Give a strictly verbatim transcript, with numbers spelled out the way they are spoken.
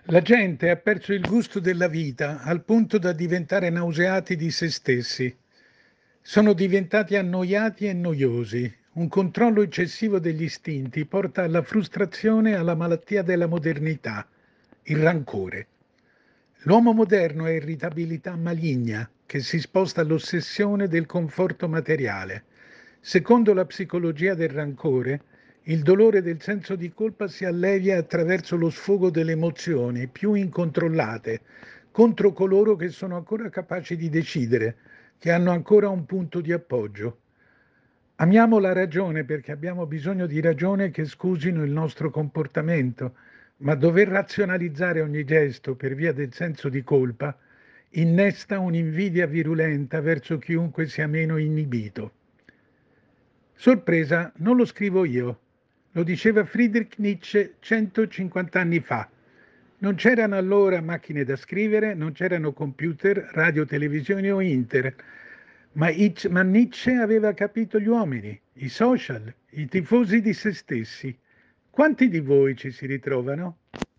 La gente ha perso il gusto della vita al punto da diventare nauseati di se stessi. Sono diventati annoiati e noiosi. Un controllo eccessivo degli istinti porta alla frustrazione e alla malattia della modernità, il rancore. L'uomo moderno è irritabilità maligna che si sposta all'ossessione del conforto materiale. Secondo la psicologia del rancore, il dolore del senso di colpa si allevia attraverso lo sfogo delle emozioni più incontrollate contro coloro che sono ancora capaci di decidere, che hanno ancora un punto di appoggio. Amiamo la ragione perché abbiamo bisogno di ragione che scusino il nostro comportamento, ma dover razionalizzare ogni gesto per via del senso di colpa innesta un'invidia virulenta verso chiunque sia meno inibito. Sorpresa, non lo scrivo io, lo diceva Friedrich Nietzsche centocinquanta anni fa. Non c'erano allora macchine da scrivere, non c'erano computer, radio, televisioni o internet, ma, Itch- ma Nietzsche aveva capito gli uomini, i social, i tifosi di se stessi. Quanti di voi ci si ritrovano?